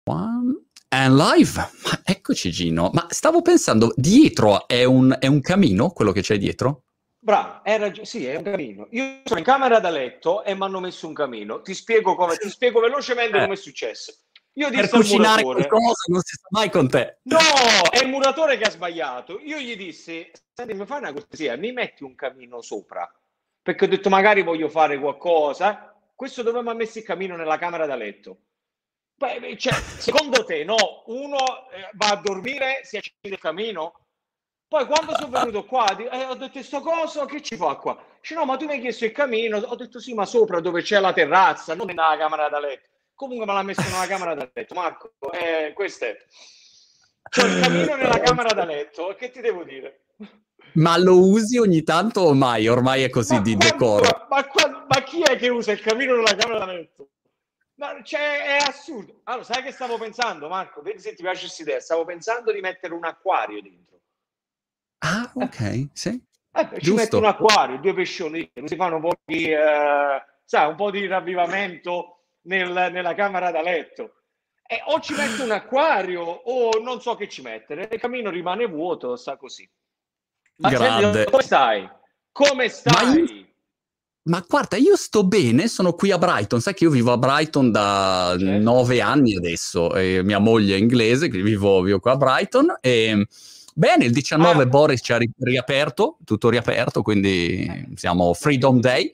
One and live. Ma eccoci Gino. Ma stavo pensando, dietro è un camino, quello che c'è dietro? Bravo, sì, è un camino. Io sono in camera da letto e mi hanno messo un camino. Ti spiego velocemente come è successo. Io Per dissi al cucinare muratore, qualcosa non si sa mai con te. no, è il muratore che ha sbagliato. Io gli dissi, senti, mi fai una cortesia, mi metti un camino sopra? Perché ho detto, magari voglio fare qualcosa. Questo dove mi ha messo il camino nella camera da letto. Beh, cioè, secondo te, no, uno va a dormire, si accende il camino? Poi quando sono venuto qua, ho detto, sto coso, che ci fa qua? Dice, no, ma tu mi hai chiesto il camino. Ho detto, sì, ma sopra dove c'è la terrazza, non nella camera da letto. Comunque me l'ha messo nella camera da letto. Marco, questo è. C'ho il camino nella camera da letto, che ti devo dire? Ma lo usi ogni tanto o mai? Ormai è così di decoro. Ma chi è che usa il camino nella camera da letto? Cioè, è assurdo. Allora, sai che stavo pensando, Marco? Vedi se ti piace questa idea. Stavo pensando di mettere un acquario dentro. Ah, ok, sì. Ci metto un Giusto. acquario, 2 pescioni, si fanno un po' di, sai, un po' di ravvivamento nella camera da letto. E o ci metto un acquario o non so che ci mettere. Il camino rimane vuoto, sta così. Ma senti, Grande. come stai? Come stai? Ma guarda, io sto bene, sono qui a Brighton, sai che io vivo a Brighton da Certo. 9 anni adesso, e mia moglie è inglese, quindi vivo qua a Brighton, e bene, il 19 Boris ci ha riaperto, tutto riaperto, quindi siamo Freedom Day,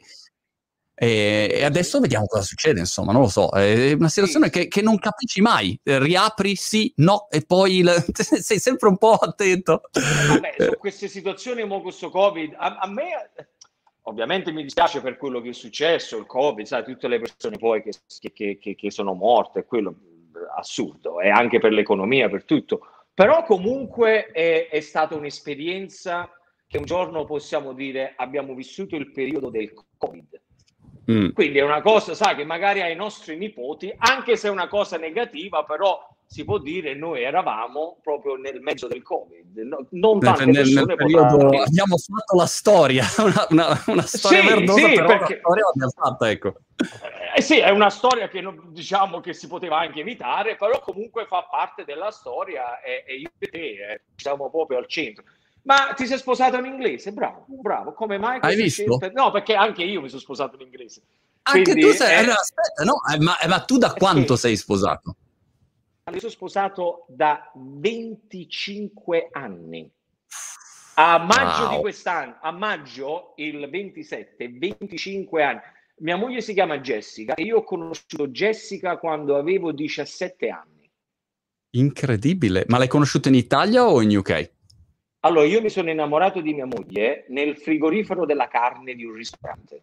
e adesso vediamo cosa succede, insomma, non lo so, è una situazione Sì. che non capisci mai, riapri, sì, no, e poi sei sempre un po' attento. Vabbè, su queste situazioni, mo questo Covid, a me ovviamente mi dispiace per quello che è successo, il Covid, sai, tutte le persone poi che sono morte, quello assurdo, e anche per l'economia, per tutto. Però comunque è stata un'esperienza che un giorno possiamo dire abbiamo vissuto il periodo del Covid. Quindi è una cosa, sai, che magari ai nostri nipoti, anche se è una cosa negativa, però si può dire noi eravamo proprio nel mezzo del Covid. Non tante Nel persone periodo potranno. abbiamo fatto la storia, una storia Sì, verdosa, sì, però la perché storia l'abbiamo fatta, ecco. sì, è una storia che diciamo che si poteva anche evitare, però comunque fa parte della storia e io e te siamo proprio al centro. Ma ti sei sposato in inglese? Bravo, bravo. Come mai Hai questa visto? scelta? No, perché anche io mi sono sposato in inglese. Anche tu Quindi, sei... no, aspetta, no, ma tu da quanto scherzi. sei sposato? Mi sono sposato da 25 anni. A maggio di Wow, quest'anno, a maggio il 27, 25 anni. Mia moglie si chiama Jessica e io ho conosciuto Jessica quando avevo 17 anni. incredibile. Ma l'hai conosciuta in Italia o in UK? Allora, io mi sono innamorato di mia moglie nel frigorifero della carne di un ristorante.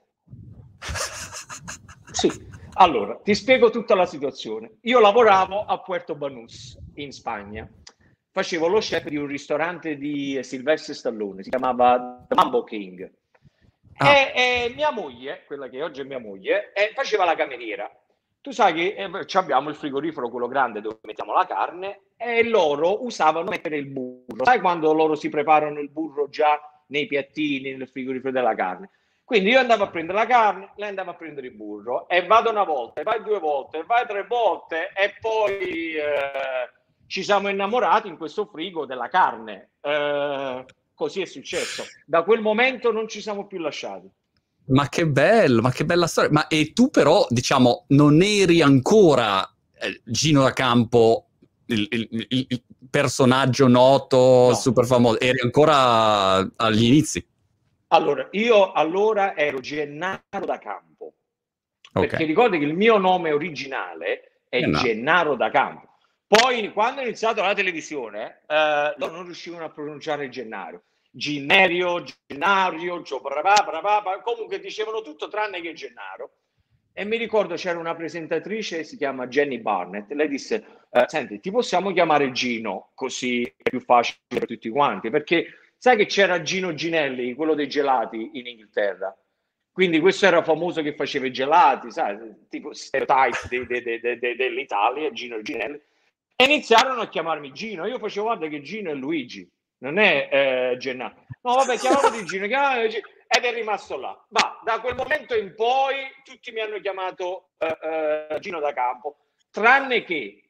Sì, allora, ti spiego tutta la situazione. Io lavoravo a Puerto Banús, in Spagna. Facevo lo chef di un ristorante di Sylvester Stallone, si chiamava The Mambo King. Ah, E mia moglie, quella che oggi è mia moglie, faceva la cameriera. Tu sai che abbiamo il frigorifero, quello grande dove mettiamo la carne, e loro usavano mettere il burro. Sai quando loro si preparano il burro già nei piattini, nel frigorifero della carne? Quindi io andavo a prendere la carne, lei andava a prendere il burro, e vado una volta, e vai 2 volte, e vai 3 volte, e poi ci siamo innamorati in questo frigo della carne. Così è successo. Da quel momento non ci siamo più lasciati. ma che bello, ma che bella storia. Ma e tu però, diciamo, non eri ancora Gino da Campo, il personaggio noto, No. super famoso, eri ancora agli inizi. Allora, io allora ero Gennaro da Campo, Ok. perché ricordi che il mio nome originale è No. Gennaro da Campo. Poi, quando ho iniziato la televisione, loro non riuscivano a pronunciare Gennaro. Ginnerio, Gennario, comunque dicevano tutto tranne che Gennaro. E mi ricordo c'era una presentatrice, si chiama Jenny Barnett, lei disse, senti, ti possiamo chiamare Gino, così è più facile per tutti quanti, perché sai che c'era Gino Ginelli, quello dei gelati in Inghilterra? Quindi questo era famoso che faceva i gelati, sai, tipo stereotype dell'Italia, Gino Ginelli. E iniziarono a chiamarmi Gino. Io facevo, guarda che Gino è Luigi, non è Gennaro. No, vabbè, chiamavano Gino, ed è rimasto là. Ma da quel momento in poi tutti mi hanno chiamato Gino da Campo, tranne che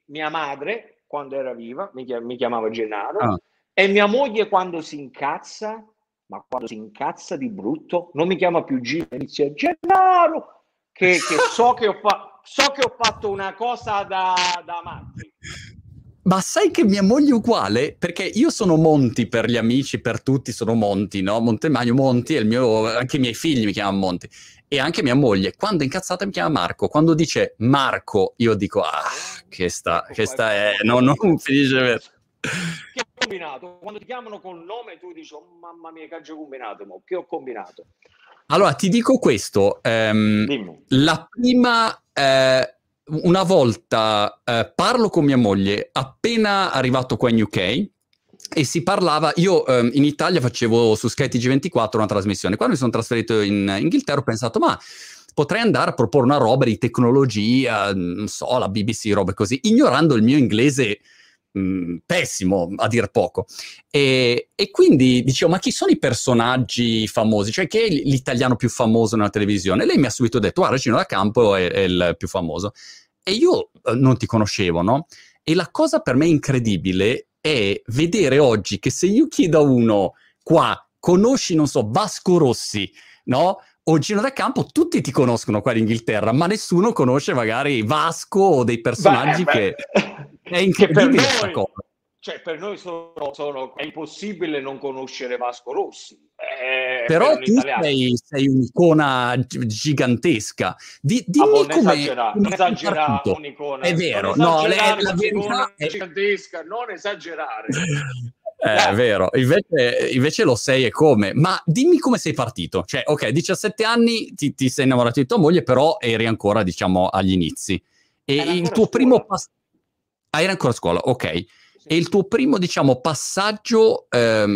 mia madre, quando era viva, mi chiamava Gennaro, Ah. e mia moglie quando si incazza, ma quando si incazza di brutto, non mi chiama più Gino, inizia Gennaro, che so che ho fatto una cosa da matti. Ma sai che mia moglie è uguale? Perché io sono Monti per gli amici, per tutti sono Monti, no? Montemagno, Monti, anche i miei figli mi chiamano Monti. E anche mia moglie, quando è incazzata mi chiama Marco. Quando dice Marco, io dico, questa è... No, non finisce vero. Che ho combinato? Quando ti chiamano col nome tu dici, oh, mamma mia, che ho combinato, che ho combinato? Allora, ti dico questo. La prima... una volta parlo con mia moglie appena arrivato qua in UK e si parlava, io in Italia facevo su Sky TG24 una trasmissione, quando mi sono trasferito in Inghilterra ho pensato ma potrei andare a proporre una roba di tecnologia, non so, la BBC, robe così, ignorando il mio inglese pessimo a dir poco, e quindi dicevo ma chi sono i personaggi famosi, cioè chi è l'italiano più famoso nella televisione? E lei mi ha subito detto guarda Gino da Campo è il più famoso e io non ti conoscevo, no? E la cosa per me incredibile è vedere oggi che se io chiedo a uno qua conosci non so Vasco Rossi, no? O Gino da Campo, tutti ti conoscono qua in Inghilterra, ma nessuno conosce magari Vasco o dei personaggi che è incredibile questa cosa. Cioè, per noi è impossibile non conoscere Vasco Rossi. Però tu sei un'icona gigantesca. Dimmi come esagerare un'icona. È vero, no, la verità è gigantesca, non esagerare. È vero, invece lo sei e come. Ma dimmi come sei partito. Cioè, ok, 17 anni ti sei innamorato di tua moglie, però eri ancora, diciamo, agli inizi. E il tuo primo eri ancora a scuola, ok. E il tuo primo, diciamo, passaggio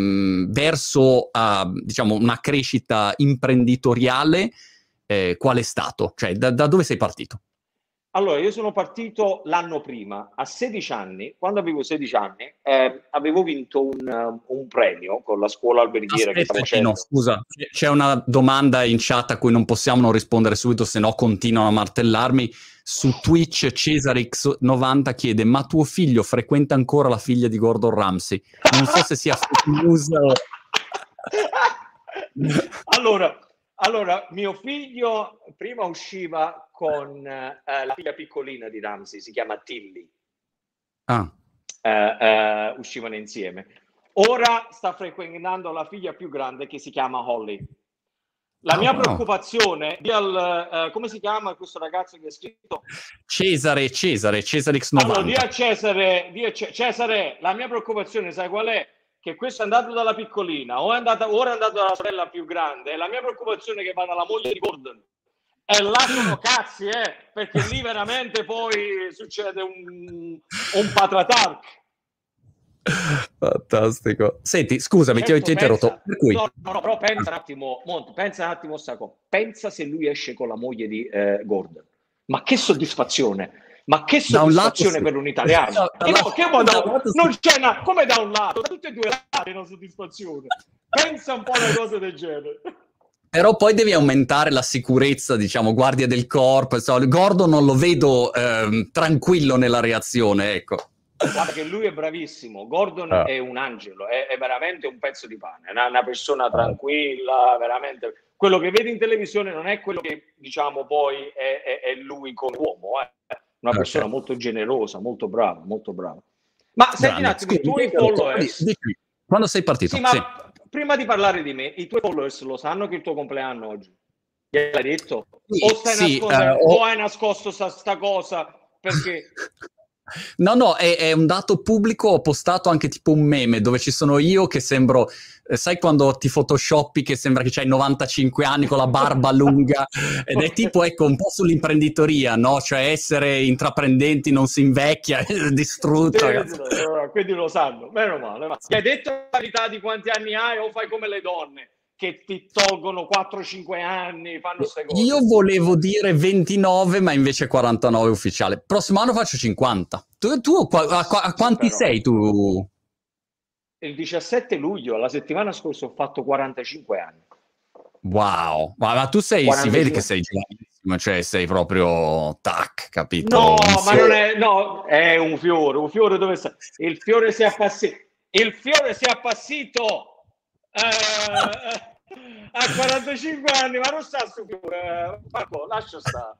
verso diciamo, una crescita imprenditoriale, qual è stato? Cioè, da dove sei partito? Allora, io sono partito l'anno prima, a 16 anni, quando avevo 16 anni, avevo vinto un premio con la scuola alberghiera che stavo facendo. No, scusa, c'è una domanda in chat a cui non possiamo non rispondere subito, se no continuano a martellarmi. Su Twitch CesarX90 chiede, ma tuo figlio frequenta ancora la figlia di Gordon Ramsay? Non so se sia fake news o... Allora, mio figlio prima usciva con la figlia piccolina di Ramsay, si chiama Tilly. Uscivano insieme. Ora sta frequentando la figlia più grande che si chiama Holly. La mia preoccupazione, come si chiama questo ragazzo che ha scritto? CesarX90. Allora, di a Cesare, la mia preoccupazione, sai qual è? Che questo è andato dalla piccolina, ora è andato dalla sorella più grande, e la mia preoccupazione è che vada la moglie di Gordon. E là sono cazzi, perché lì veramente poi succede un patratarc. Fantastico. Senti, scusami, ti ho interrotto. Per cui... No, però pensa un attimo, Monti, pensa se lui esce con la moglie di Gordon. Ma che soddisfazione! Ma che soddisfazione per un italiano! Non c'è come da un lato, da tutti e due i lati una soddisfazione. Pensa un po' a una cosa del genere. Però poi devi aumentare la sicurezza, diciamo, guardia del corpo. Gordon non lo vedo tranquillo nella reazione, ecco. Guarda che lui è bravissimo, Gordon è un angelo, è veramente un pezzo di pane, è una persona tranquilla, veramente. Quello che vedi in televisione non è quello che, diciamo, poi è lui come uomo, una persona molto generosa, molto brava, molto brava. Ma senti un attimo, i tuoi followers... Quando sei partito? Sì, ma prima di parlare di me, i tuoi followers lo sanno che è il tuo compleanno oggi? Gliel'hai detto? Sì, o hai nascosto sta cosa perché... No, è un dato pubblico. Ho postato anche tipo un meme dove ci sono io che sembro, sai quando ti photoshoppi che sembra che c'hai 95 anni con la barba lunga, ed è tipo, ecco, un po' sull'imprenditoria, no? Cioè essere intraprendenti non si invecchia, è distrutto. Quindi lo sanno, meno male. Ti hai detto la verità di quanti anni hai o fai come le donne? Che ti tolgono 4-5 anni, fanno queste cose. Io volevo dire 29, ma invece 49 ufficiale. Prossimo anno faccio 50. Tu a quanti sei tu? Il 17 luglio, la settimana scorsa, ho fatto 45 anni. Wow, ma tu si vede che sei giovanissimo. cioè sei proprio tac, capito? No, ma non è, no, è un fiore dove sta? Il fiore si è appassito a 45 anni, ma non sta su fiore, Marco, lascia stare.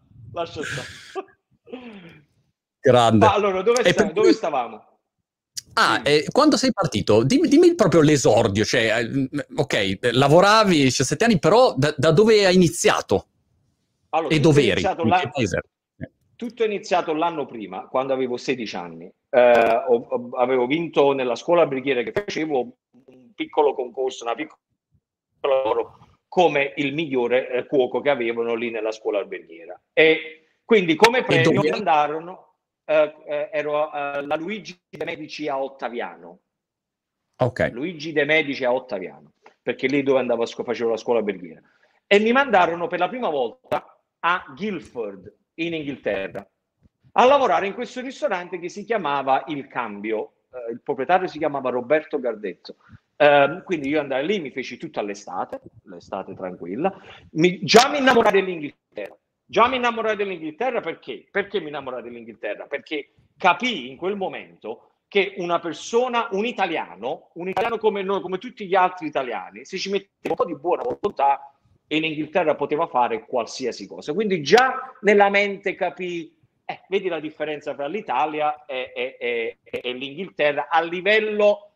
Grande. Ma allora, dove stavamo? Quando sei partito? Dimmi proprio l'esordio, cioè, ok, lavoravi 17 anni, però da dove hai iniziato? Allora, E dove eri? In che paese? Tutto è iniziato l'anno prima, quando avevo 16 anni. Avevo vinto nella scuola alberghiera che facevo un piccolo concorso, una piccola lavoro come il migliore cuoco che avevano lì nella scuola alberghiera. E quindi come premio mi mandarono, ero la Luigi De Medici a Ottaviano. Ok. Luigi De Medici a Ottaviano, perché lì dove andavo facevo la scuola alberghiera. E mi mandarono per la prima volta a Guildford, in Inghilterra, a lavorare in questo ristorante che si chiamava Il Cambio. Il proprietario si chiamava Roberto Gardetto. Quindi io andai lì, mi feci tutta l'estate tranquilla. Già mi innamorai dell'Inghilterra. Perché mi innamorai dell'Inghilterra? Perché capii in quel momento che una persona, un italiano come noi, come tutti gli altri italiani, se ci metteva un po' di buona volontà, in Inghilterra poteva fare qualsiasi cosa. Quindi già nella mente capì, vedi la differenza tra l'Italia e l'Inghilterra a livello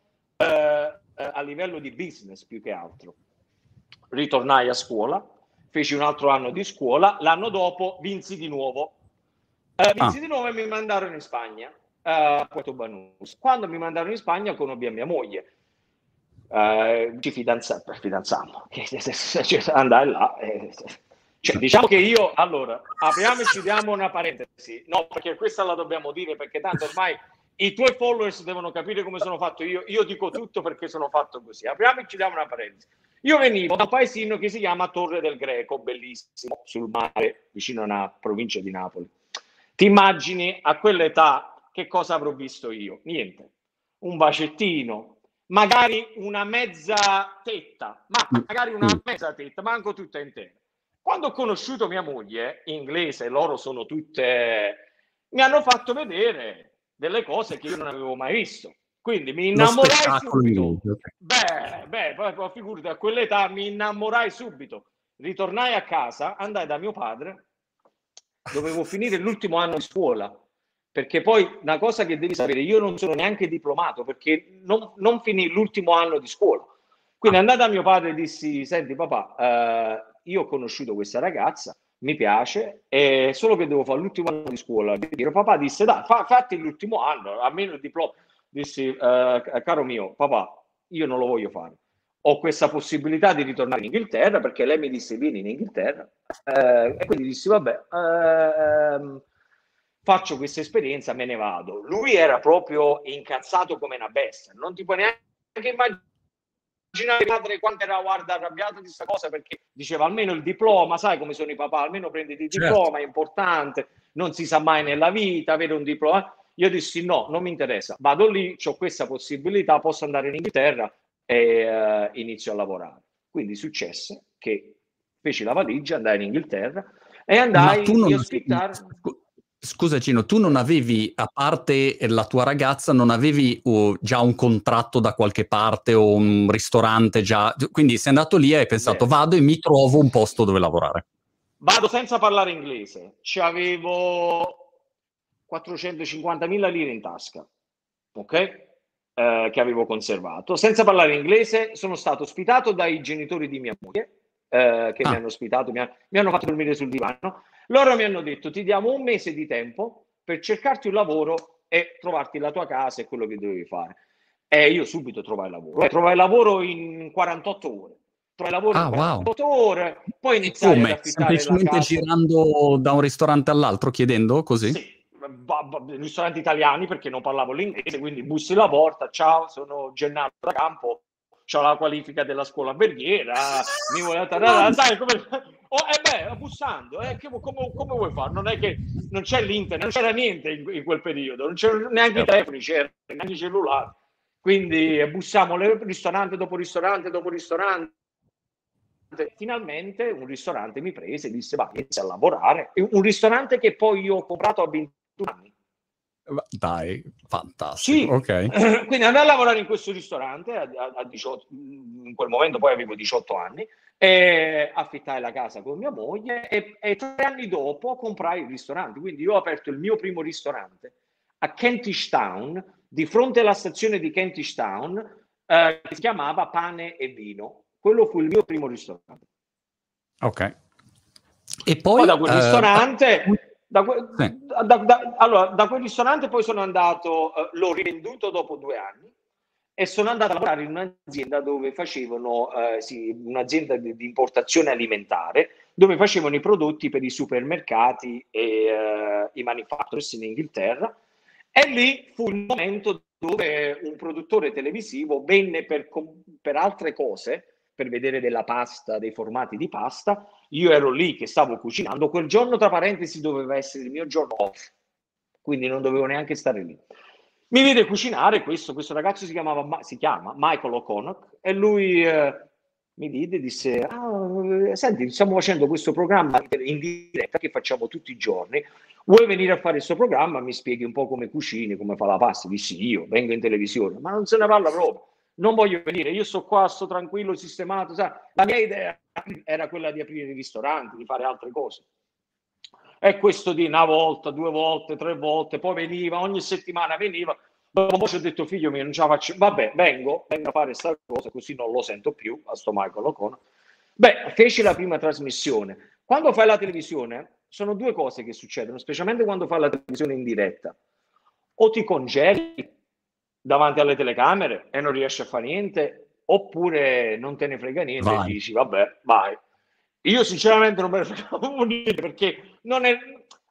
di business più che altro. Ritornai a scuola, feci un altro anno di scuola, l'anno dopo vinsi di nuovo. Di nuovo e mi mandarono in Spagna, a Puerto Banús. Quando mi mandarono in Spagna conobbi mia moglie. Ci fidanzammo, andai là. Diciamo che io, allora, apriamo e chiudiamo una parentesi, no, perché questa la dobbiamo dire, perché tanto ormai i tuoi followers devono capire come sono fatto io dico tutto perché sono fatto così. Apriamo e chiudiamo una parentesi. Io venivo da un paesino che si chiama Torre del Greco, bellissimo, sul mare, vicino a una provincia di Napoli. Ti immagini a quell'età che cosa avrò visto io? Niente, un bacettino, magari una mezza tetta, manco tutta intera. Quando ho conosciuto mia moglie, inglese, loro sono tutte, mi hanno fatto vedere delle cose che io non avevo mai visto. Quindi mi innamorai subito. Poi figurati, a quell'età mi innamorai subito. Ritornai a casa, andai da mio padre, dovevo finire l'ultimo anno di scuola. Perché poi una cosa che devi sapere, io non sono neanche diplomato perché non finì l'ultimo anno di scuola. Quindi andai da mio padre e dissi: senti papà, io ho conosciuto questa ragazza, mi piace, solo che devo fare l'ultimo anno di scuola. Papà disse: dai, fatti l'ultimo anno, almeno il diploma. Dissi: caro mio papà, io non lo voglio fare. Ho questa possibilità di ritornare in Inghilterra, perché lei mi disse vieni in Inghilterra, e quindi dissi vabbè, faccio questa esperienza, me ne vado. Lui era proprio incazzato come una bestia, non ti puoi neanche immaginare padre quanto era arrabbiato di questa cosa, perché diceva almeno il diploma, sai come sono i papà, almeno prenditi il diploma, è importante, non si sa mai nella vita avere un diploma. Io dissi no, non mi interessa, vado lì, ho questa possibilità, posso andare in Inghilterra e inizio a lavorare. Quindi successe che feci la valigia, andai in Inghilterra e andai a ospitare. Scusa Gino, tu non avevi, a parte la tua ragazza, non avevi già un contratto da qualche parte o un ristorante già? Quindi sei andato lì e hai pensato vado e mi trovo un posto dove lavorare. Vado senza parlare inglese, c'avevo 450.000 lire in tasca, ok? Che avevo conservato. Senza parlare inglese sono stato ospitato dai genitori di mia moglie, che mi hanno ospitato, mi hanno fatto dormire sul divano. Loro mi hanno detto ti diamo un mese di tempo per cercarti un lavoro e trovarti la tua casa e quello che dovevi fare. E io subito trovai lavoro. Trovai lavoro in 48 ore. Trovai lavoro in 48 ore, poi iniziai ad affittare semplicemente la casa. Girando da un ristorante all'altro, chiedendo così? Sì, ristoranti italiani perché non parlavo l'inglese, quindi bussi la porta, ciao, sono Gennaro da Campo, ho la qualifica della scuola alberghiera, mi vuole sai come bussando, come vuoi fare? Non è che non c'è l'internet, non c'era niente in quel periodo, non c'erano neanche i telefoni, c'erano neanche i cellulari, quindi bussammo ristorante dopo ristorante dopo ristorante, finalmente un ristorante mi prese e disse va, inizia a lavorare. Un ristorante che poi io ho comprato a 21 anni. Dai, fantastico, Sì, ok. quindi andai a lavorare in questo ristorante a 18, in quel momento poi avevo 18 anni, e affittai la casa con mia moglie e 3 anni dopo comprai il ristorante. Quindi io ho aperto il mio primo ristorante a Kentish Town, di fronte alla stazione di Kentish Town, che si chiamava Pane e Vino. Quello fu il mio primo ristorante. Ok. E poi da quel ristorante, sì. allora, da quel ristorante poi sono andato, l'ho rivenduto dopo 2 anni e sono andato a lavorare in un'azienda dove facevano, un'azienda di importazione alimentare, dove facevano i prodotti per i supermercati e i manufacturers in Inghilterra. E lì fu il momento dove un produttore televisivo venne per altre cose, per vedere della pasta, dei formati di pasta. Io ero lì che stavo cucinando. Quel giorno, tra parentesi, doveva essere il mio giorno off, quindi non dovevo neanche stare lì. Mi vede cucinare questo ragazzo si chiama Michael O'Connor, e lui mi vide e disse: senti, stiamo facendo questo programma in diretta che facciamo tutti i giorni, vuoi venire a fare questo programma? Mi spieghi un po' come cucini, come fa la pasta? Dissi: io vengo in televisione, ma non se ne parla proprio, non voglio venire, io sto qua, sto tranquillo, sistemato, sai? La mia idea era quella di aprire i ristoranti, di fare altre cose. E questo di una volta, 2 volte, 3 volte, poi veniva, ogni settimana veniva. Dopo poi ci ho detto: figlio mio, non ce la faccio, vabbè, vengo a fare questa cosa, così non lo sento più, a sto Michael O'Connor. Beh, feci la prima trasmissione. Quando fai la televisione, sono 2 cose che succedono, specialmente quando fai la televisione in diretta. O ti congeli davanti alle telecamere e non riesci a fare niente, oppure non te ne frega niente. Vai. E dici: vabbè, vai. Io sinceramente non me ne fregavo niente, perché non è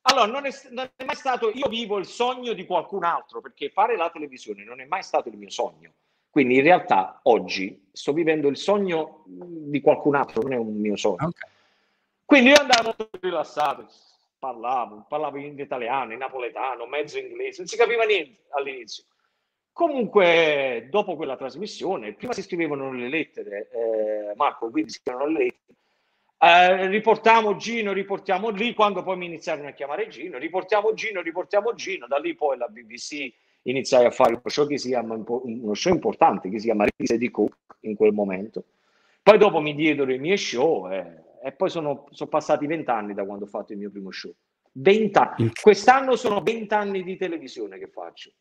mai stato, io vivo il sogno di qualcun altro, perché fare la televisione non è mai stato il mio sogno. Quindi in realtà oggi sto vivendo il sogno di qualcun altro, non è un mio sogno. Okay. Quindi io andavo molto rilassato, parlavo in italiano, in napoletano, mezzo inglese, non si capiva niente all'inizio. Comunque, dopo quella trasmissione, prima si scrivevano le lettere, Marco, quindi si scrivevano le lettere. Riportiamo Gino, riportiamo lì. Quando poi mi iniziarono a chiamare Gino, riportiamo Gino, da lì poi la BBC iniziai a fare uno show uno show importante che si chiama Rise di Cook in quel momento. Poi dopo mi diedero i miei show e poi sono passati 20 anni da quando ho fatto il mio primo show. 20 anni. Quest'anno sono 20 anni di televisione che faccio.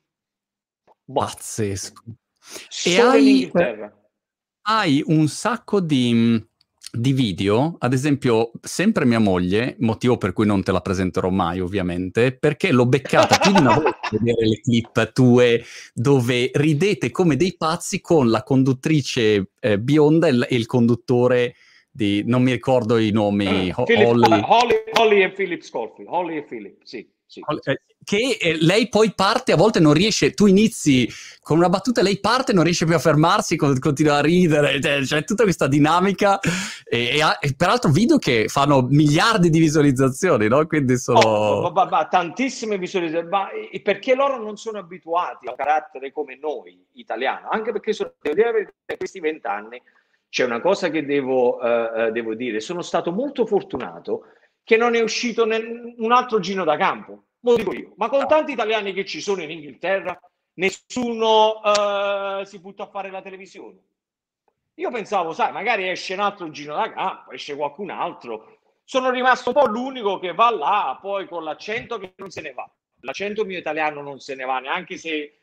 Pazzesco. Solo in Inghilterra. Hai un sacco di video, ad esempio, sempre mia moglie, motivo per cui non te la presenterò mai ovviamente, perché l'ho beccata più di una volta a vedere le clip tue dove ridete come dei pazzi con la conduttrice bionda e il conduttore di, non mi ricordo i nomi, Holly e Philip Scofield. Holly e Philip, sì. Che lei poi parte, a volte non riesce, tu inizi con una battuta, lei parte, non riesce più a fermarsi, continua a ridere, c'è tutta questa dinamica e peraltro video che fanno miliardi di visualizzazioni, no? Quindi sono tantissime visualizzazioni, perché loro non sono abituati a un carattere come noi italiano, anche perché questi 20 anni c'è una cosa che devo dire: sono stato molto fortunato che non è uscito un altro Gino da campo, lo dico io, ma con tanti italiani che ci sono in Inghilterra, nessuno si butta a fare la televisione. Io pensavo, sai, magari esce un altro Gino da campo, esce qualcun altro. Sono rimasto un po' l'unico che va là, poi con l'accento che non se ne va. L'accento mio italiano non se ne va, neanche se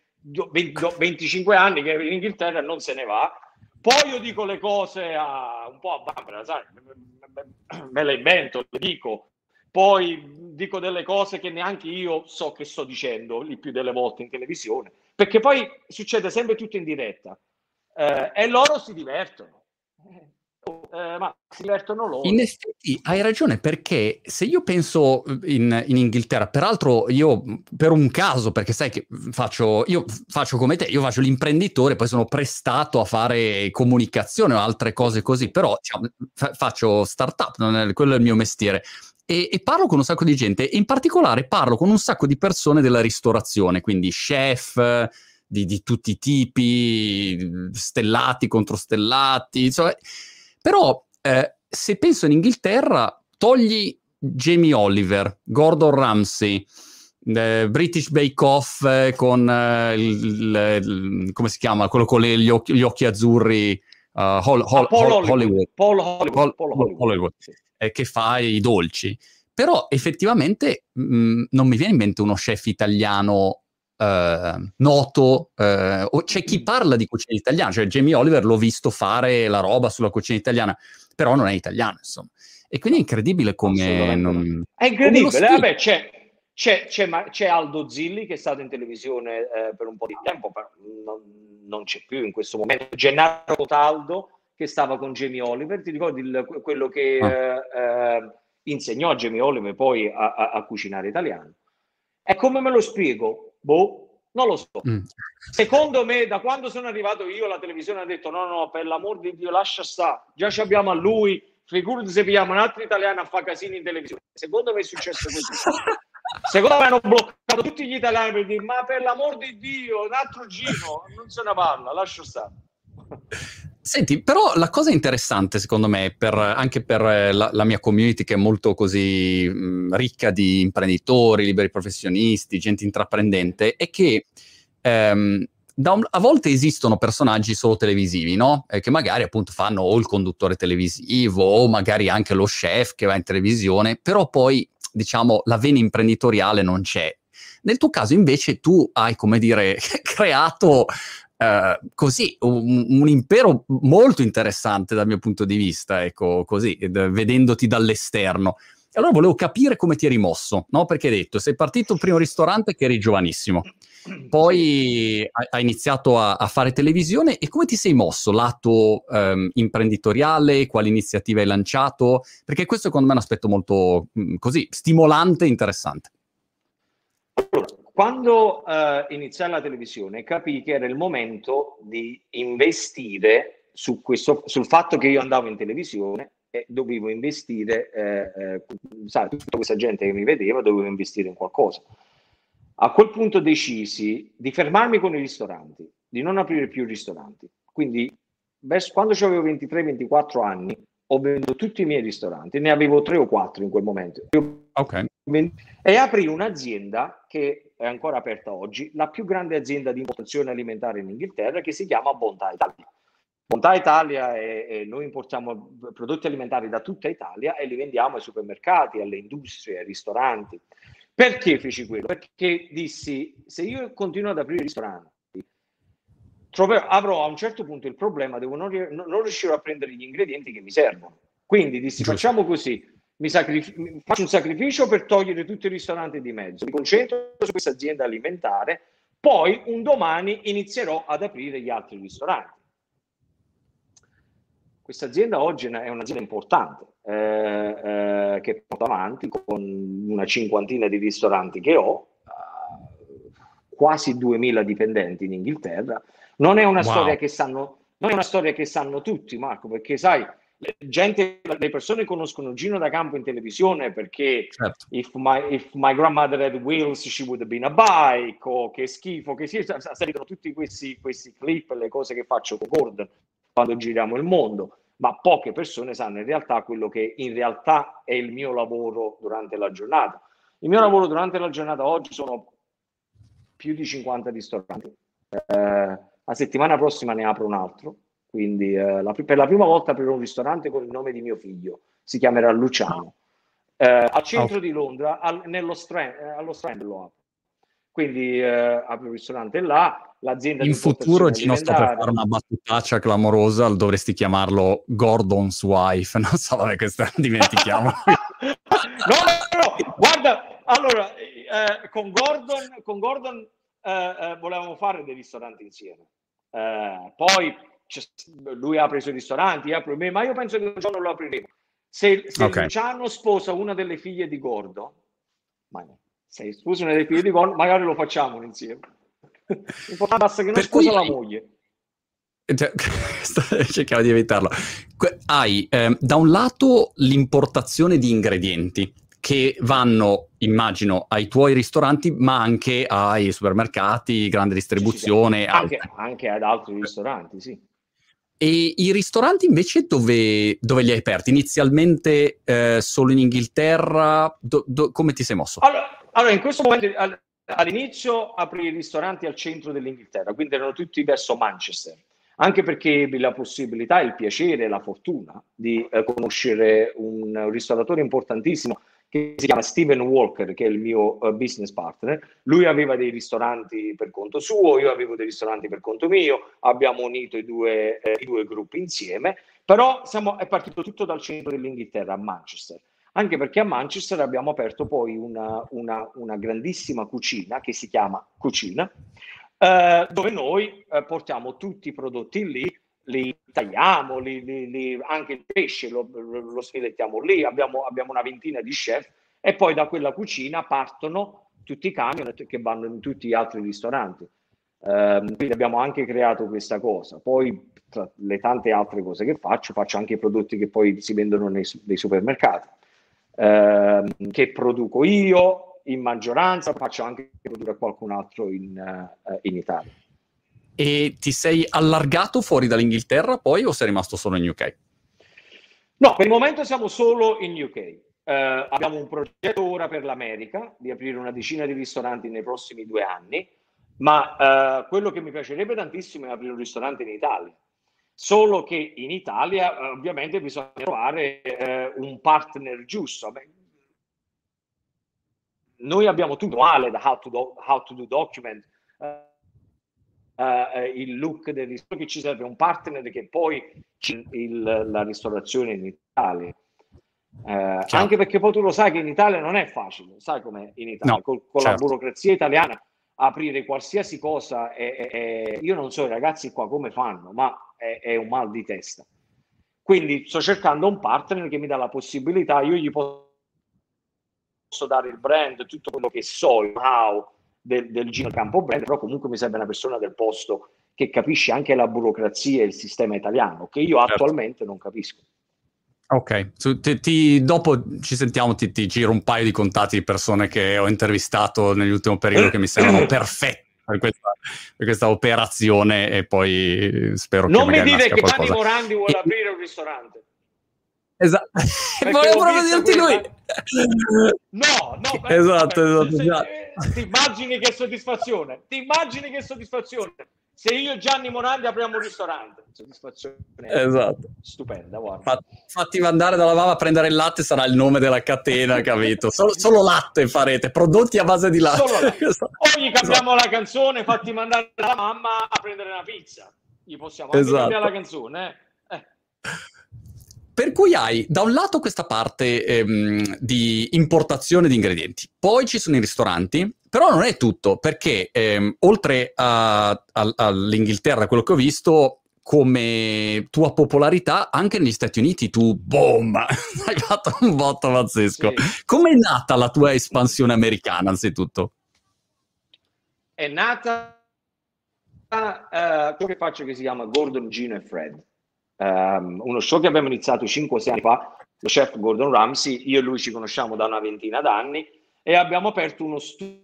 25 anni che in Inghilterra non se ne va. Poi io dico le cose un po' a bambera, sai, me le invento, le dico. Poi dico delle cose che neanche io so che sto dicendo, il più delle volte in televisione, perché poi succede sempre tutto in diretta. E loro si divertono. Ma si divertono loro. In effetti hai ragione, perché se io penso in Inghilterra, peraltro io per un caso, perché sai che io faccio come te, io faccio l'imprenditore, poi sono prestato a fare comunicazione o altre cose così, però diciamo, faccio startup, quello è il mio mestiere. E parlo con un sacco di gente, e in particolare parlo con un sacco di persone della ristorazione, quindi chef di tutti i tipi, stellati, controstellati, insomma. Però se penso in Inghilterra, togli Jamie Oliver, Gordon Ramsay, British Bake Off con come si chiama? Quello con gli occhi azzurri, Hollywood. Paul Hollywood. Sì. Che fa i dolci. Però effettivamente non mi viene in mente uno chef italiano noto, o c'è chi parla di cucina italiana, cioè Jamie Oliver l'ho visto fare la roba sulla cucina italiana, però non è italiano, insomma. E quindi è incredibile come... È incredibile, vabbè, c'è Aldo Zilli che è stato in televisione per un po' di tempo, non c'è più in questo momento. Gennaro Cataldo che stava con Jamie Oliver, ti ricordi quello che insegnò a Jamie Oliver poi a cucinare italiano? E come me lo spiego? Boh, non lo so. Secondo me, da quando sono arrivato io, la televisione ha detto no, per l'amor di Dio, lascia stare, già ci abbiamo a lui, figurati se pigliamo un altro italiano a fare casini in televisione. Secondo me è successo così. Secondo me hanno bloccato tutti gli italiani per dire ma per l'amor di Dio, un altro giro, non se ne parla, lascia stare. Senti, però la cosa interessante secondo me, anche per la mia community che è molto così ricca di imprenditori, liberi professionisti, gente intraprendente, è che a volte esistono personaggi solo televisivi, no? Che magari appunto fanno o il conduttore televisivo o magari anche lo chef che va in televisione, però poi diciamo la vena imprenditoriale non c'è. Nel tuo caso invece tu hai, come dire, creato così un impero molto interessante dal mio punto di vista, ecco, così, vedendoti dall'esterno. E allora volevo capire come ti eri mosso, no? Perché hai detto, sei partito il primo ristorante che eri giovanissimo, poi hai iniziato a fare televisione, e come ti sei mosso? Lato imprenditoriale, quali iniziative hai lanciato? Perché questo secondo me è un aspetto molto così stimolante e interessante. Quando iniziai la televisione capii che era il momento di investire sul fatto che io andavo in televisione e dovevo investire, sai, tutta questa gente che mi vedeva, dovevo investire in qualcosa. A quel punto decisi di fermarmi con i ristoranti, di non aprire più ristoranti. Quindi quando avevo 23-24 anni ho venduto tutti i miei ristoranti, ne avevo 3 o 4 in quel momento. Ok. E aprì un'azienda che è ancora aperta oggi, la più grande azienda di importazione alimentare in Inghilterra, che si chiama Bontà Italia. Bontà Italia e noi importiamo prodotti alimentari da tutta Italia e li vendiamo ai supermercati, alle industrie, ai ristoranti. Perché feci quello? Perché dissi, se io continuo ad aprire ristoranti, avrò a un certo punto il problema, non riuscirò a prendere gli ingredienti che mi servono. Quindi dissi, facciamo così, faccio un sacrificio per togliere tutti i ristoranti di mezzo, mi concentro su questa azienda alimentare, poi un domani inizierò ad aprire gli altri ristoranti. Questa azienda oggi è un'azienda importante che porto avanti con una cinquantina di ristoranti che ho, quasi 2000 dipendenti in Inghilterra. Non è una storia che sanno tutti, Marco, perché sai, le persone conoscono Gino D'Acampo in televisione perché certo. if my grandmother had wheels she would have been a bike, o che schifo, che si salgono tutti questi clip, le cose che faccio con Gordon quando giriamo il mondo, ma poche persone sanno in realtà quello che in realtà è il mio lavoro durante la giornata. Il mio lavoro durante la giornata oggi sono più di 50 ristoranti. La settimana prossima ne apro un altro, quindi per la prima volta aprirò un ristorante con il nome di mio figlio, si chiamerà Luciano, al centro di Londra, allo Strand lo apro. Quindi apro il ristorante là, l'azienda in futuro Gino sta per fare una battutaccia clamorosa, dovresti chiamarlo Gordon's Wife, non so, vabbè, questa dimentichiamo. no, guarda, allora con Gordon volevamo fare dei ristoranti insieme, poi lui apre i suoi ristoranti, apro me, ma io penso che un giorno lo apriremo. Se Luciano sposa una delle figlie di Gordon, se sposa una delle figlie di Gordon, magari lo facciamo insieme. Basta che non sposa la moglie. Cercavo di evitarlo. Hai da un lato l'importazione di ingredienti che vanno, immagino, ai tuoi ristoranti, ma anche ai supermercati, grande distribuzione. Anche ad altri ristoranti, sì. E i ristoranti invece dove li hai aperti? Inizialmente solo in Inghilterra? Come ti sei mosso? Allora in questo momento all'inizio aprì i ristoranti al centro dell'Inghilterra, quindi erano tutti verso Manchester, anche perché ebbi la possibilità, il piacere e la fortuna di conoscere un ristoratore importantissimo che si chiama Stephen Walker, che è il mio business partner. Lui aveva dei ristoranti per conto suo, io avevo dei ristoranti per conto mio, abbiamo unito i due gruppi insieme, però è partito tutto dal centro dell'Inghilterra, a Manchester. Anche perché a Manchester abbiamo aperto poi una grandissima cucina che si chiama Cucina, dove noi portiamo tutti i prodotti lì, li tagliamo, anche il pesce lo sfilettiamo lì, abbiamo una ventina di chef e poi da quella cucina partono tutti i camion che vanno in tutti gli altri ristoranti. Quindi abbiamo anche creato questa cosa. Poi tra le tante altre cose che faccio anche i prodotti che poi si vendono nei supermercati, che produco io in maggioranza, faccio anche produrre qualcun altro in Italia. E ti sei allargato fuori dall'Inghilterra poi o sei rimasto solo in UK? No, per il momento siamo solo in UK. Abbiamo un progetto ora per l'America di aprire una decina di ristoranti nei prossimi 2 anni, ma quello che mi piacerebbe tantissimo è aprire un ristorante in Italia. Solo che in Italia ovviamente bisogna trovare un partner giusto. Noi abbiamo tutto manuale da how to do document, il look del ristorante, che ci serve un partner che poi la ristorazione in Italia. Anche perché poi tu lo sai che in Italia non è facile, sai com'è in Italia, No, con certo. la burocrazia italiana aprire qualsiasi cosa io non so i ragazzi qua come fanno, ma è un mal di testa. Quindi sto cercando un partner che mi dà la possibilità, io gli posso dare il brand, tutto quello che so, il know-how del Gino Campo Brand, però comunque mi serve una persona del posto che capisce anche la burocrazia e il sistema italiano, che io attualmente non capisco. Ok, dopo ci sentiamo, ti giro un paio di contatti di persone che ho intervistato nell'ultimo periodo che mi sembrano perfette per questa operazione, e poi spero non che magari mi dire che qualcosa. Gianni Morandi vuole aprire un ristorante. Esatto, volevo proprio dirti lui. No, Esatto. Ti immagini che soddisfazione? Se io e Gianni Morandi apriamo un ristorante, soddisfazione esatto. Stupenda, guarda. Fatti mandare dalla mamma a prendere il latte, sarà il nome della catena, capito? Solo latte farete, prodotti a base di latte. O gli cambiamo la canzone, fatti mandare dalla mamma a prendere una pizza. Gli possiamo anche cambiare la canzone, Per cui hai da un lato questa parte di importazione di ingredienti, poi ci sono i ristoranti, però non è tutto, perché oltre all'Inghilterra, quello che ho visto, come tua popolarità, anche negli Stati Uniti tu, boom, hai fatto un botto pazzesco. Sì. Come è nata la tua espansione americana, anzitutto? È nata quello che faccio che si chiama Gordon, Gino e Fred. Uno show che abbiamo iniziato 5-6 anni fa, lo chef Gordon Ramsay, io e lui ci conosciamo da una ventina d'anni e abbiamo aperto uno studio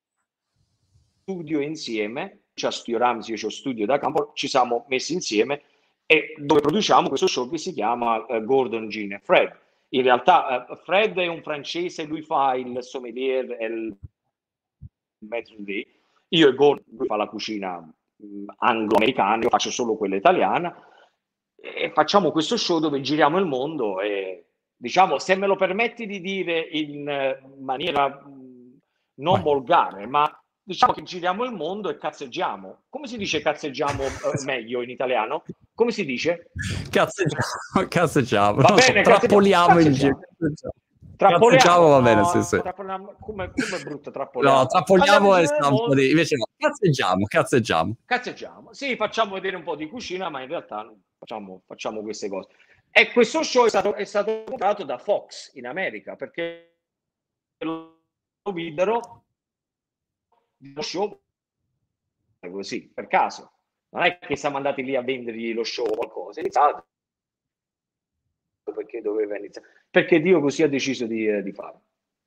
insieme, c'è Studio Ramsay, io c'ho Studio da Campo, ci siamo messi insieme e dove produciamo questo show che si chiama Gordon, Gino e Fred. In realtà Fred è un francese, lui fa il sommelier e il maître d', io e Gordon, lui fa la cucina anglo-americana, io faccio solo quella italiana. E facciamo questo show dove giriamo il mondo e, diciamo, se me lo permetti di dire in maniera non volgare, ma diciamo che giriamo il mondo e cazzeggiamo. Come si dice cazzeggiamo meglio in italiano? Come si dice? Cazzeggiamo. Va bene, trappoliamo in giro. Trappoliamo, va bene, sì. Come è brutto trappoliamo? No, trappoliamo e invece no, cazzeggiamo. Sì, facciamo vedere un po' di cucina, ma in realtà facciamo queste cose. E questo show è stato comprato da Fox in America, perché lo videro lo show così, per caso. Non è che siamo andati lì a vendergli lo show o qualcosa, è iniziato perché doveva iniziare, perché Dio così ha deciso di fare.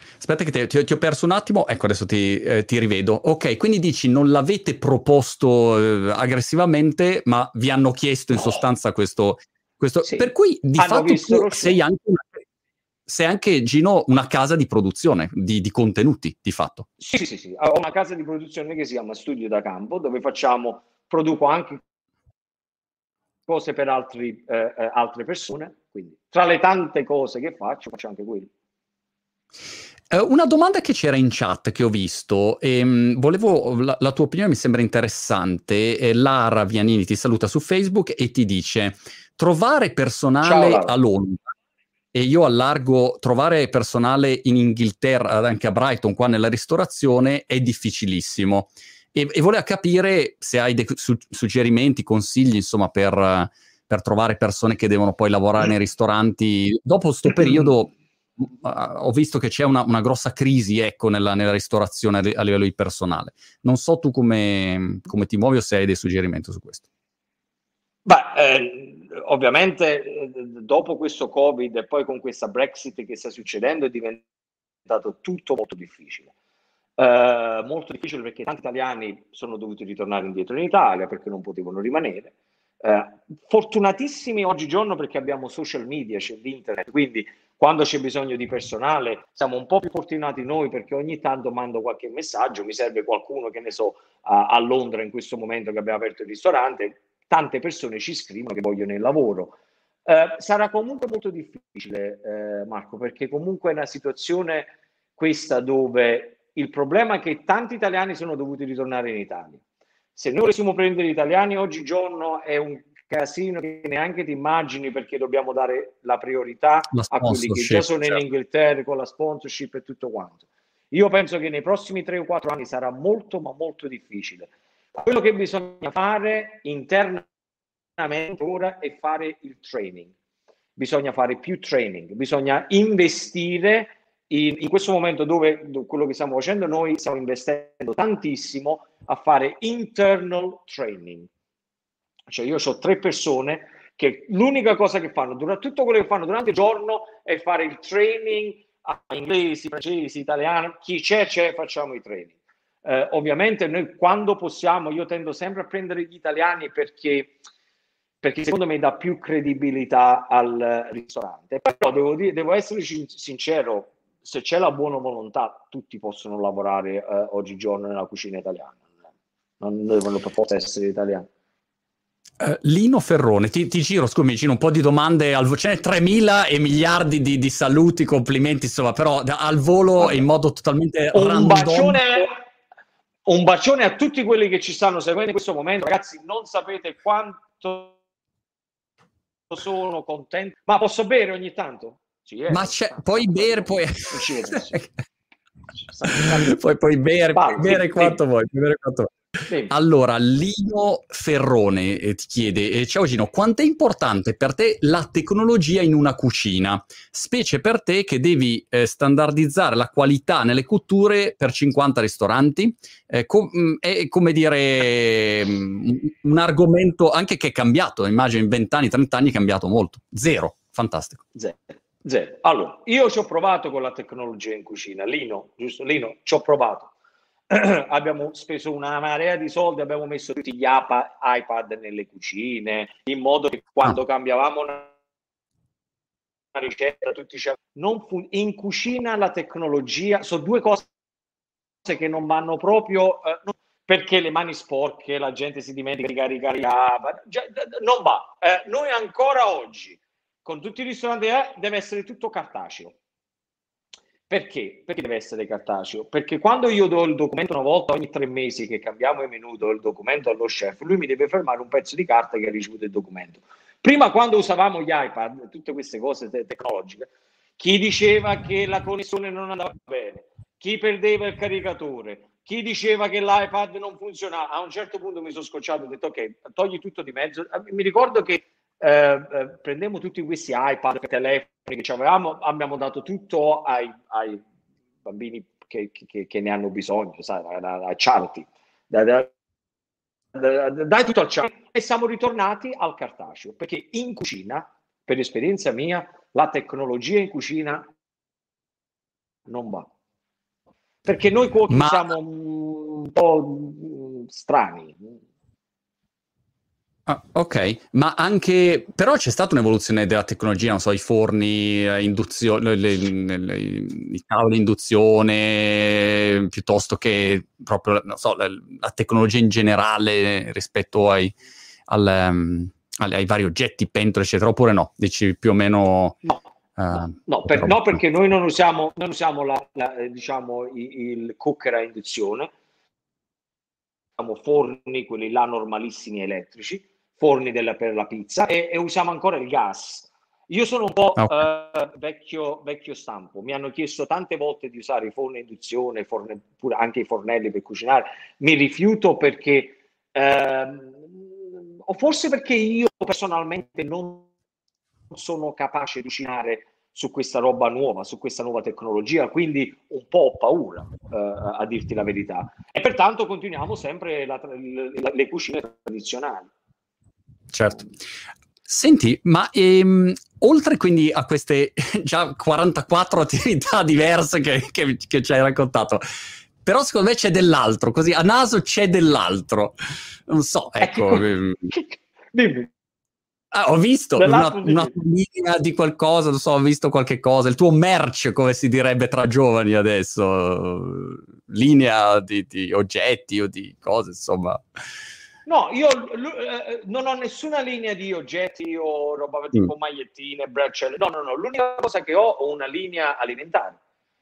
Aspetta che ti ho perso un attimo, ecco adesso ti rivedo. Ok, quindi dici non l'avete proposto aggressivamente, ma vi hanno chiesto in sostanza questo. Per Sì, cui di hanno fatto visto tu lo show. sei anche, Gino, una casa di produzione di contenuti, di fatto. Sì. Ho una casa di produzione che si chiama Studio da Campo, dove produco anche cose per altre persone. Quindi, tra le tante cose che faccio anche quello. Una domanda che c'era in chat che ho visto, volevo la tua opinione, mi sembra interessante. Lara Vianini ti saluta su Facebook e ti dice: trovare Ciao personale a Laura. Londra, e io allargo, trovare personale in Inghilterra, anche a Brighton, qua nella ristorazione, è difficilissimo. E voleva capire se hai dei suggerimenti, consigli, insomma, per trovare persone che devono poi lavorare nei ristoranti. Dopo sto periodo ho visto che c'è una grossa crisi, ecco, nella ristorazione a livello di personale. Non so tu come ti muovi o se hai dei suggerimenti su questo. Ovviamente dopo questo Covid e poi con questa Brexit che sta succedendo è diventato tutto molto difficile. Molto difficile perché tanti italiani sono dovuti ritornare indietro in Italia perché non potevano rimanere. Fortunatissimi oggigiorno perché abbiamo social media, c'è l'internet, quindi quando c'è bisogno di personale siamo un po' più fortunati noi perché ogni tanto mando qualche messaggio, mi serve qualcuno, che ne so, a Londra in questo momento che abbiamo aperto il ristorante, tante persone ci scrivono che vogliono il lavoro. Sarà comunque molto difficile, Marco, perché comunque è una situazione questa dove il problema è che tanti italiani sono dovuti ritornare in Italia. Se noi volessimo prendere gli italiani oggigiorno è un casino che neanche ti immagini, perché dobbiamo dare la priorità La a quelli che già sponsorship, sono in certo. Inghilterra con la sponsorship e tutto quanto. Io penso che nei prossimi 3 o 4 anni sarà molto ma molto difficile. Quello che bisogna fare internamente ora è fare il training. Bisogna fare più training, bisogna investire in questo momento dove quello che stiamo facendo noi, stiamo investendo tantissimo a fare internal training. Cioè io ho 3 persone che l'unica cosa che fanno, tutto quello che fanno durante il giorno è fare il training a inglesi, francesi, italiani, chi c'è, facciamo i training. Ovviamente noi quando possiamo, io tendo sempre a prendere gli italiani perché secondo me dà più credibilità al ristorante. Però devo essere sincero, se c'è la buona volontà, tutti possono lavorare oggigiorno nella cucina italiana. Non devono per forza essere italiani. Lino Ferrone, ti giro, scusami, un po' di domande, ce n'è 3.000 e miliardi di saluti, complimenti, insomma, però al volo. Vabbè. In modo totalmente random. Un bacione a tutti quelli che ci stanno seguendo in questo momento, ragazzi, non sapete quanto sono contento. Ma posso bere ogni tanto? Sì, ma puoi bere, puoi bere quanto vuoi. Allora, Lino Ferrone ti chiede: ciao Gino, quanto è importante per te la tecnologia in una cucina, specie per te che devi standardizzare la qualità nelle cotture per 50 ristoranti? È come dire un argomento anche che è cambiato, immagino in 20 anni, 30 anni è cambiato molto. Zero, fantastico. Zero. Allora, io ci ho provato con la tecnologia in cucina, Lino, giusto? Lino, ci ho provato. Abbiamo speso una marea di soldi, abbiamo messo tutti gli iPad nelle cucine, in modo che quando cambiavamo una ricetta tutti in cucina la tecnologia, sono 2 cose che non vanno proprio, perché le mani sporche, la gente si dimentica di caricare non va. Noi ancora oggi, con tutti i ristoranti, deve essere tutto cartaceo. Perché? Perché deve essere cartaceo? Perché quando io do il documento una volta ogni 3 mesi che cambiamo il menù, do il documento allo chef, lui mi deve fermare un pezzo di carta che ha ricevuto il documento. Prima, quando usavamo gli iPad, tutte queste cose tecnologiche, chi diceva che la connessione non andava bene, chi perdeva il caricatore, chi diceva che l'iPad non funzionava, a un certo punto mi sono scocciato e ho detto ok, togli tutto di mezzo. Mi ricordo che prendemmo tutti questi iPad, telefoni che avevamo, abbiamo dato tutto ai bambini che ne hanno bisogno, sai, a charity. Dai tutto al charity e siamo ritornati al cartaceo, perché in cucina, per esperienza mia, la tecnologia in cucina non va. perché noi cuochi siamo un po' strani. Ok, ma anche però c'è stata un'evoluzione della tecnologia, non so, i forni a induzione, i tavoli induzione, piuttosto che proprio, non so, la tecnologia in generale rispetto ai vari oggetti, pentole, eccetera, oppure no? Dici più o meno... No, perché noi non usiamo diciamo, il cooker a induzione, usiamo forni, quelli là normalissimi elettrici, forni per la pizza, e usiamo ancora il gas. Io sono un po' vecchio stampo, mi hanno chiesto tante volte di usare i forni a induzione, pure anche i fornelli per cucinare, mi rifiuto perché, o forse perché io personalmente non sono capace di cucinare su questa roba nuova, su questa nuova tecnologia, quindi un po' ho paura, a dirti la verità. E pertanto continuiamo sempre le cucine tradizionali. Certo. Senti, ma oltre quindi a queste già 44 attività diverse che ci hai raccontato, però secondo me c'è dell'altro, così a naso c'è dell'altro. Non so, ecco. Dimmi. Ho visto una linea di qualcosa, non so, ho visto qualche cosa, il tuo merch, come si direbbe tra giovani adesso, linea di oggetti o di cose, insomma. No, io non ho nessuna linea di oggetti o roba tipo magliettine, bracciale. No. L'unica cosa che ho una linea alimentare.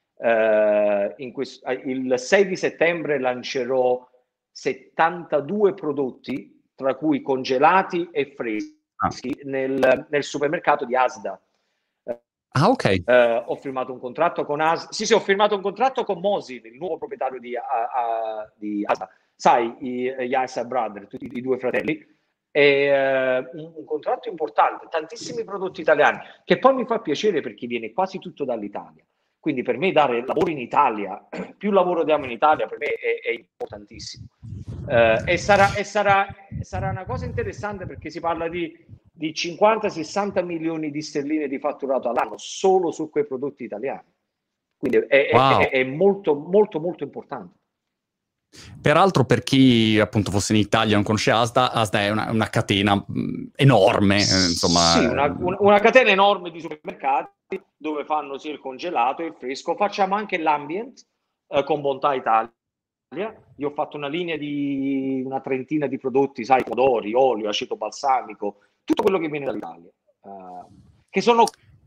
Il 6 di settembre lancerò 72 prodotti, tra cui congelati e freschi, nel supermercato di Asda. Ok. Ho firmato un contratto con Asda. Sì, ho firmato un contratto con Mosin, il nuovo proprietario di Asda. Sai, gli Asa Brothers, tutti i due fratelli, è un contratto importante, tantissimi prodotti italiani, che poi mi fa piacere perché viene quasi tutto dall'Italia. Quindi per me dare lavoro in Italia, più lavoro diamo in Italia, per me è importantissimo. E sarà una cosa interessante perché si parla di 50-60 milioni di sterline di fatturato all'anno solo su quei prodotti italiani. Quindi è molto, molto, molto importante. Peraltro, per chi appunto fosse in Italia e non conosce Asda è una catena enorme, insomma. Sì, una catena enorme di supermercati dove fanno sia il congelato e il fresco. Facciamo anche l'ambient con Bontà Italia. Io ho fatto una linea di una trentina di prodotti, sai, pomodori, olio, aceto balsamico, tutto quello che viene dall'Italia. Che sono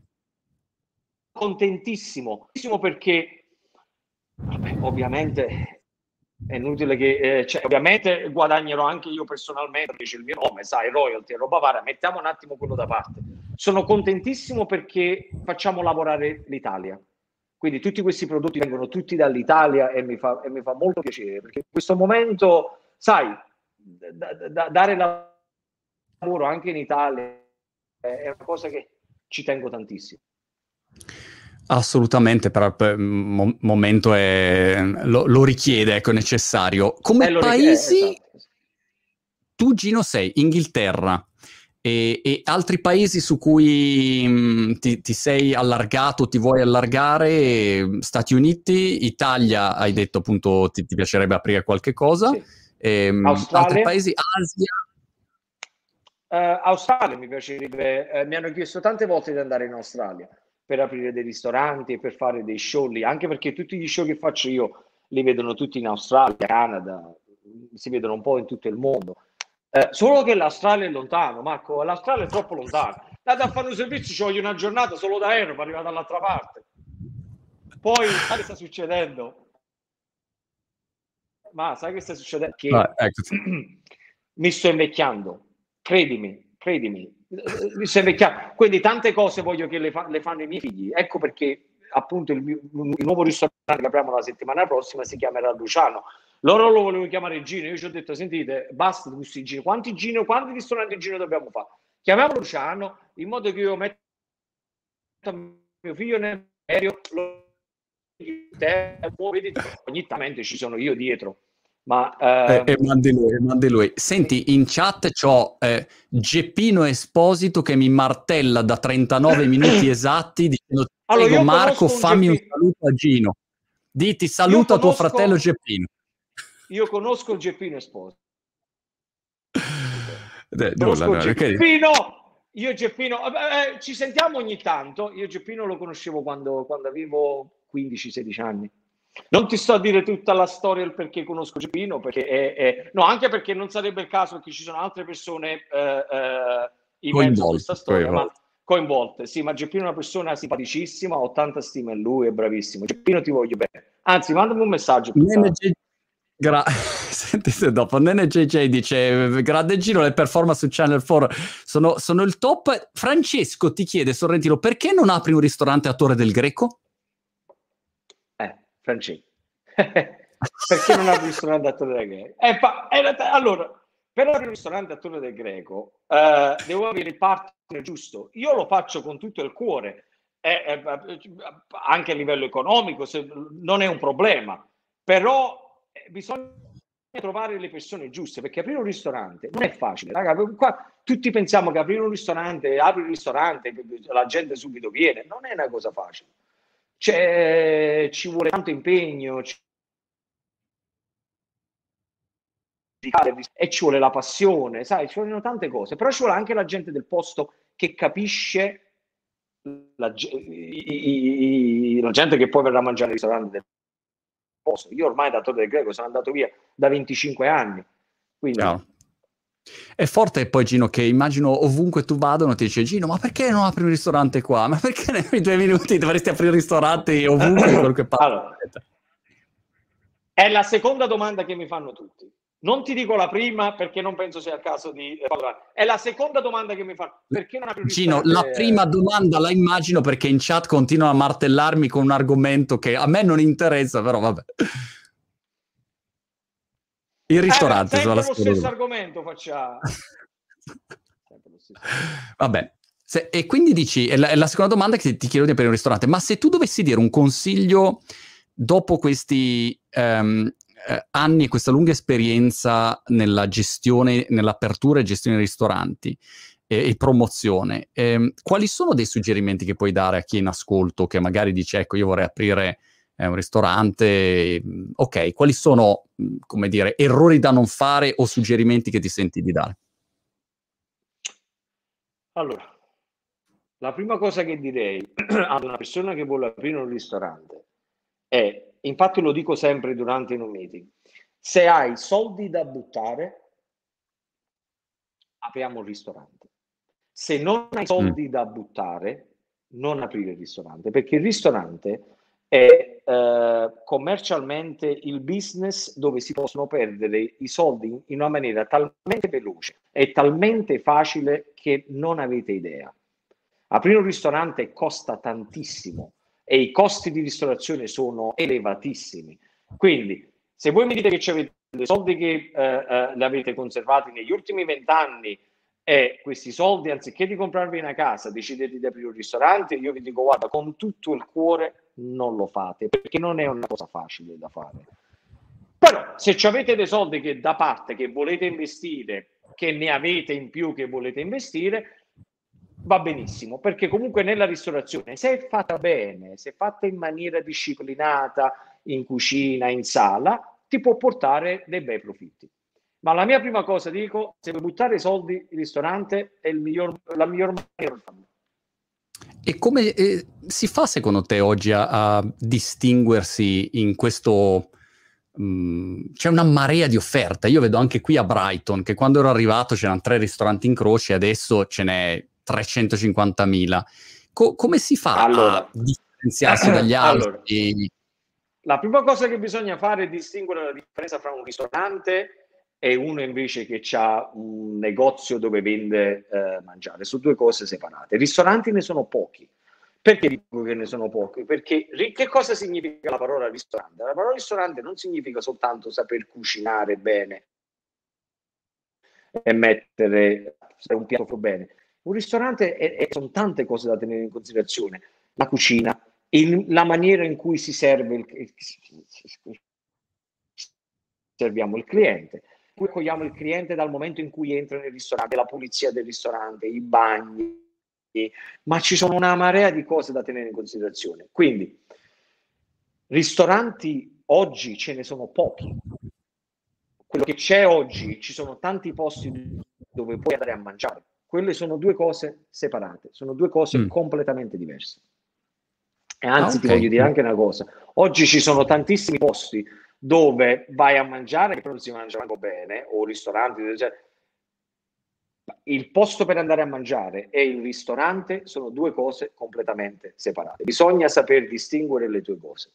contentissimo perché, vabbè, ovviamente è inutile che ovviamente guadagnerò anche io personalmente, perché c'è il mio nome, sai, royalty e roba varia, mettiamo un attimo quello da parte. Sono contentissimo perché facciamo lavorare l'Italia, quindi tutti questi prodotti vengono tutti dall'Italia e mi fa molto piacere, perché in questo momento, sai, dare lavoro anche in Italia è una cosa che ci tengo tantissimo. Assolutamente, però il momento lo richiede, ecco, è necessario. Come paesi, esatto. Tu, Gino, sei Inghilterra e altri paesi su cui ti sei allargato, ti vuoi allargare, Stati Uniti, Italia, hai detto appunto ti piacerebbe aprire qualche cosa, sì. Altri paesi, Asia? Australia mi piacerebbe, mi hanno chiesto tante volte di andare in Australia per aprire dei ristoranti e per fare dei show lì, anche perché tutti gli show che faccio io li vedono tutti in Australia, Canada, si vedono un po' in tutto il mondo. Solo che l'Australia è lontano, Marco, l'Australia è troppo lontano. Andate a fare un servizio, ci voglio una giornata solo d'aereo per arrivare dall'altra parte. Poi, sai che sta succedendo? Ma sai che sta succedendo? Che mi sto invecchiando, credimi. Mi sto invecchiando. Quindi tante cose voglio che le fanno i miei figli. Ecco perché appunto il nuovo ristorante che apriamo la settimana prossima si chiamerà Luciano. Loro lo volevano chiamare Gino, io ci ho detto, sentite, basta questi Gino, quanti ristoranti Gino dobbiamo fare? Chiamiamolo Luciano, in modo che io metto mio figlio nell'aereo, ogni tanto ci sono io dietro. Ma, e mandi lui. Senti, in chat c'ho Geppino Esposito che mi martella da 39 minuti esatti dicendo: allora, Marco, fammi un saluto a Gino. Ti saluta tuo fratello Geppino. Io conosco Geppino Esposito. Io e Geppino, ci sentiamo ogni tanto. Io Geppino lo conoscevo quando avevo 15-16 anni. Non ti sto a dire tutta la storia del perché conosco Geppino, perché no, anche perché non sarebbe il caso, perché ci sono altre persone in mezzo a questa storia, ma coinvolte. Sì, ma Geppino è una persona simpaticissima, ho tanta stima in lui, è bravissimo. Geppino, ti voglio bene. Anzi, mandami un messaggio. Sentite dopo, Nene JJ dice grande giro, le performance su Channel 4 sono il top. Francesco ti chiede, Sorrentino, perché non apri un ristorante a Torre del Greco? Francesco, perché non apri un ristorante a Torre del Greco? Allora, per aprire un ristorante a Torre del Greco devo avere il partner giusto. Io lo faccio con tutto il cuore, anche a livello economico, non è un problema, però bisogna trovare le persone giuste, perché aprire un ristorante non è facile, raga. Qua tutti pensiamo che aprire un ristorante, apri il ristorante, la gente subito viene. Non è una cosa facile. Ci vuole tanto impegno e ci vuole la passione, sai, ci vogliono tante cose, però ci vuole anche la gente del posto che capisce la gente che poi verrà a mangiare al ristorante del posto. Io ormai da Torre del Greco sono andato via da 25 anni, quindi è forte. Poi Gino, che immagino ovunque tu vadano ti dice: Gino, ma perché non apri un ristorante qua? Ma perché nei 2 minuti dovresti aprire un ristorante ovunque? Qualche parte? Allora, è la seconda domanda che mi fanno tutti. Non ti dico la prima perché non penso sia il caso di parlare. È la seconda domanda che mi fanno. Perché non apri un ristorante? Gino, la prima domanda la immagino, perché in chat continuano a martellarmi con un argomento che a me non interessa, però vabbè. Il ristorante. Sempre lo stesso argomento facciamo. Vabbè. E quindi dici, è la seconda domanda che ti chiedo di aprire un ristorante, ma se tu dovessi dire un consiglio dopo questi anni e questa lunga esperienza nella gestione, nell'apertura e gestione dei ristoranti e promozione, quali sono dei suggerimenti che puoi dare a chi è in ascolto, che magari dice, ecco, io vorrei aprire un ristorante, ok, quali sono, come dire, errori da non fare o suggerimenti che ti senti di dare? Allora, la prima cosa che direi ad una persona che vuole aprire un ristorante è, infatti lo dico sempre durante i meeting, se hai soldi da buttare, apriamo un ristorante. Se non hai soldi da buttare, non aprire il ristorante, perché il ristorante è commercialmente il business dove si possono perdere i soldi in una maniera talmente veloce e talmente facile che non avete idea. Aprire un ristorante costa tantissimo e i costi di ristorazione sono elevatissimi. Quindi, se voi mi dite che avete dei soldi che li avete conservati negli ultimi 20 anni e questi soldi, anziché di comprarvi una casa, decidete di aprire un ristorante, io vi dico, guarda, con tutto il cuore non lo fate, perché non è una cosa facile da fare. Però, se avete dei soldi che da parte, che volete investire, che ne avete in più che volete investire, va benissimo, perché comunque nella ristorazione, se è fatta bene, se è fatta in maniera disciplinata, in cucina, in sala, ti può portare dei bei profitti. Ma la mia prima cosa, dico, se vuoi buttare soldi, il ristorante è la miglior maniera di farlo. E come si fa secondo te oggi a distinguersi in questo... c'è una marea di offerta. Io vedo anche qui a Brighton che quando ero arrivato c'erano 3 ristoranti in croce, adesso ce n'è 350.000. Come si fa a differenziarsi dagli altri? La prima cosa che bisogna fare è distinguere la differenza fra un ristorante e uno invece che ha un negozio dove vende mangiare. Sono 2 cose separate. Ristoranti ne sono pochi. Perché dico che ne sono pochi? Perché che cosa significa la parola ristorante? La parola ristorante non significa soltanto saper cucinare bene e mettere un piatto bene. Un ristorante sono tante cose da tenere in considerazione. La cucina, la maniera in cui si serve serviamo il cliente, poi accogliamo il cliente dal momento in cui entra nel ristorante, la pulizia del ristorante, i bagni, ma ci sono una marea di cose da tenere in considerazione. Quindi Ristoranti oggi ce ne sono pochi. Quello che c'è oggi, ci sono tanti posti dove puoi andare a mangiare. Quelle sono due cose separate, sono due cose completamente diverse. E anzi, ti voglio dire anche una cosa: oggi ci sono tantissimi posti dove vai a mangiare che però si mangia manco bene, o ristoranti, cioè, il posto per andare a mangiare e il ristorante sono due cose completamente separate. Bisogna saper distinguere le due cose.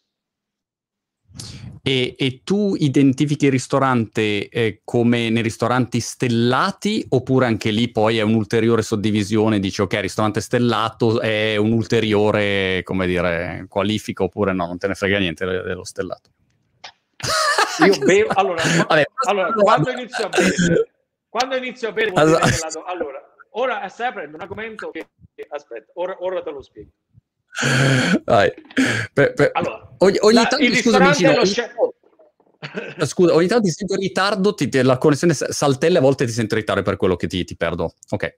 E tu identifichi il ristorante come nei ristoranti stellati, oppure anche lì poi è un'ulteriore suddivisione, dici ok, ristorante stellato è un'ulteriore, come dire, qualifica, oppure no, non te ne frega niente dello stellato? Io bevo, allora quando inizio a bere vuol dire che allora, ora stai aprendo un argomento che aspetta, ora te lo spiego. Allora, ogni tanto, scusami, scusa, ogni tanto ti sento in ritardo, la connessione saltella, a volte ti sento in ritardo, per quello che ti perdo. Ok.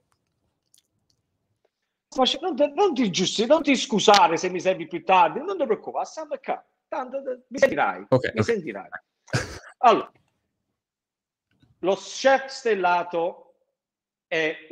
Non ti scusare se mi servi più tardi, non ti preoccupare, stiamo qua. Tanto mi sentirai. Sentirai. Allora, lo chef stellato è